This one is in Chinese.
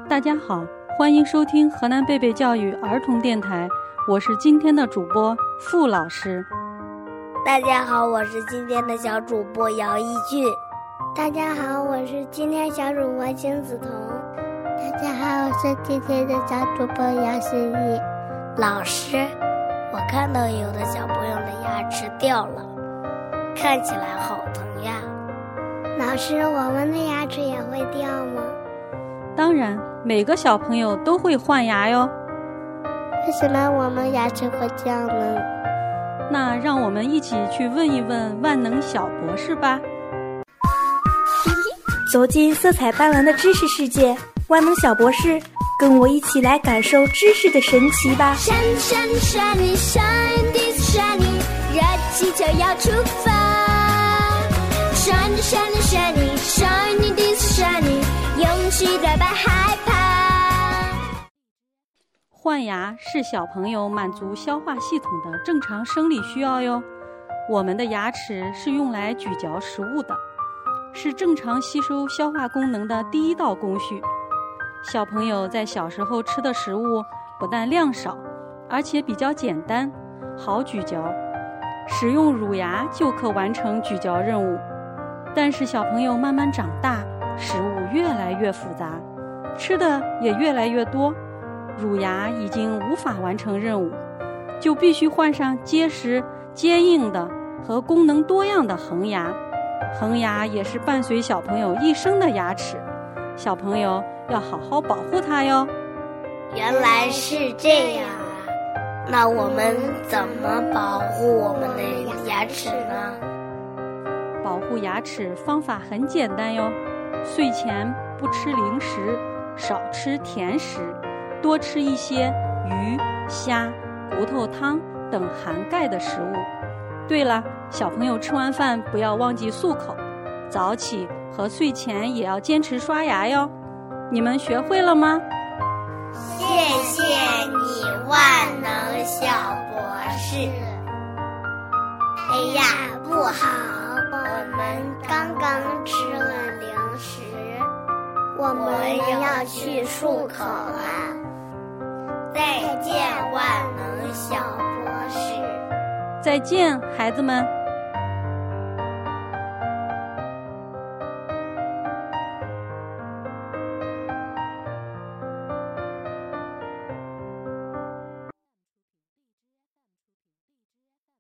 大家好，欢迎收听河南贝贝教育儿童电台，我是今天的主播付老师。 大家好，我是今天的小主播姚一俊。 大家好，我是今天小主播金子彤。 大家好，我是今天的小主播姚心怡。 老师，我看到有的小朋友的牙齿掉了，看起来好疼呀。 老师，我们的牙齿也会掉吗？ 当然，每个小朋友都会换牙哟。 为什么我们牙齿会掉呢？ 那让我们一起去问一问万能小博士吧。 走进色彩斑斓的知识世界，万能小博士，跟我一起来感受知识的神奇吧。 闪闪闪你 shine this shiny， 热气球要出发。闪着闪着闪你 shine this shiny， 勇气代表害怕。 换牙是小朋友满足消化系统的正常生理需要哟。我们的牙齿是用来咀嚼食物的，是正常吸收消化功能的第一道工序。小朋友在小时候吃的食物不但量少，而且比较简单，好咀嚼，使用乳牙就可完成咀嚼任务。但是小朋友慢慢长大，食物越来越复杂，吃的也越来越多，乳牙已经无法完成任务，就必须换上结实、坚硬的和功能多样的恒牙。恒牙也是伴随小朋友一生的牙齿，小朋友要好好保护它哟。 原来是这样啊，那我们怎么保护我们的牙齿呢？ 保护牙齿方法很简单哟，睡前不吃零食，少吃甜食，多吃一些鱼、虾、骨头汤等含钙的食物。对了，小朋友吃完饭不要忘记漱口，早起和睡前也要坚持刷牙哟。你们学会了吗？ 谢谢你，万能小博士。哎呀，不好，我们刚刚吃了零食，我们要去漱口了。再见，万能小博士。 再见，孩子们。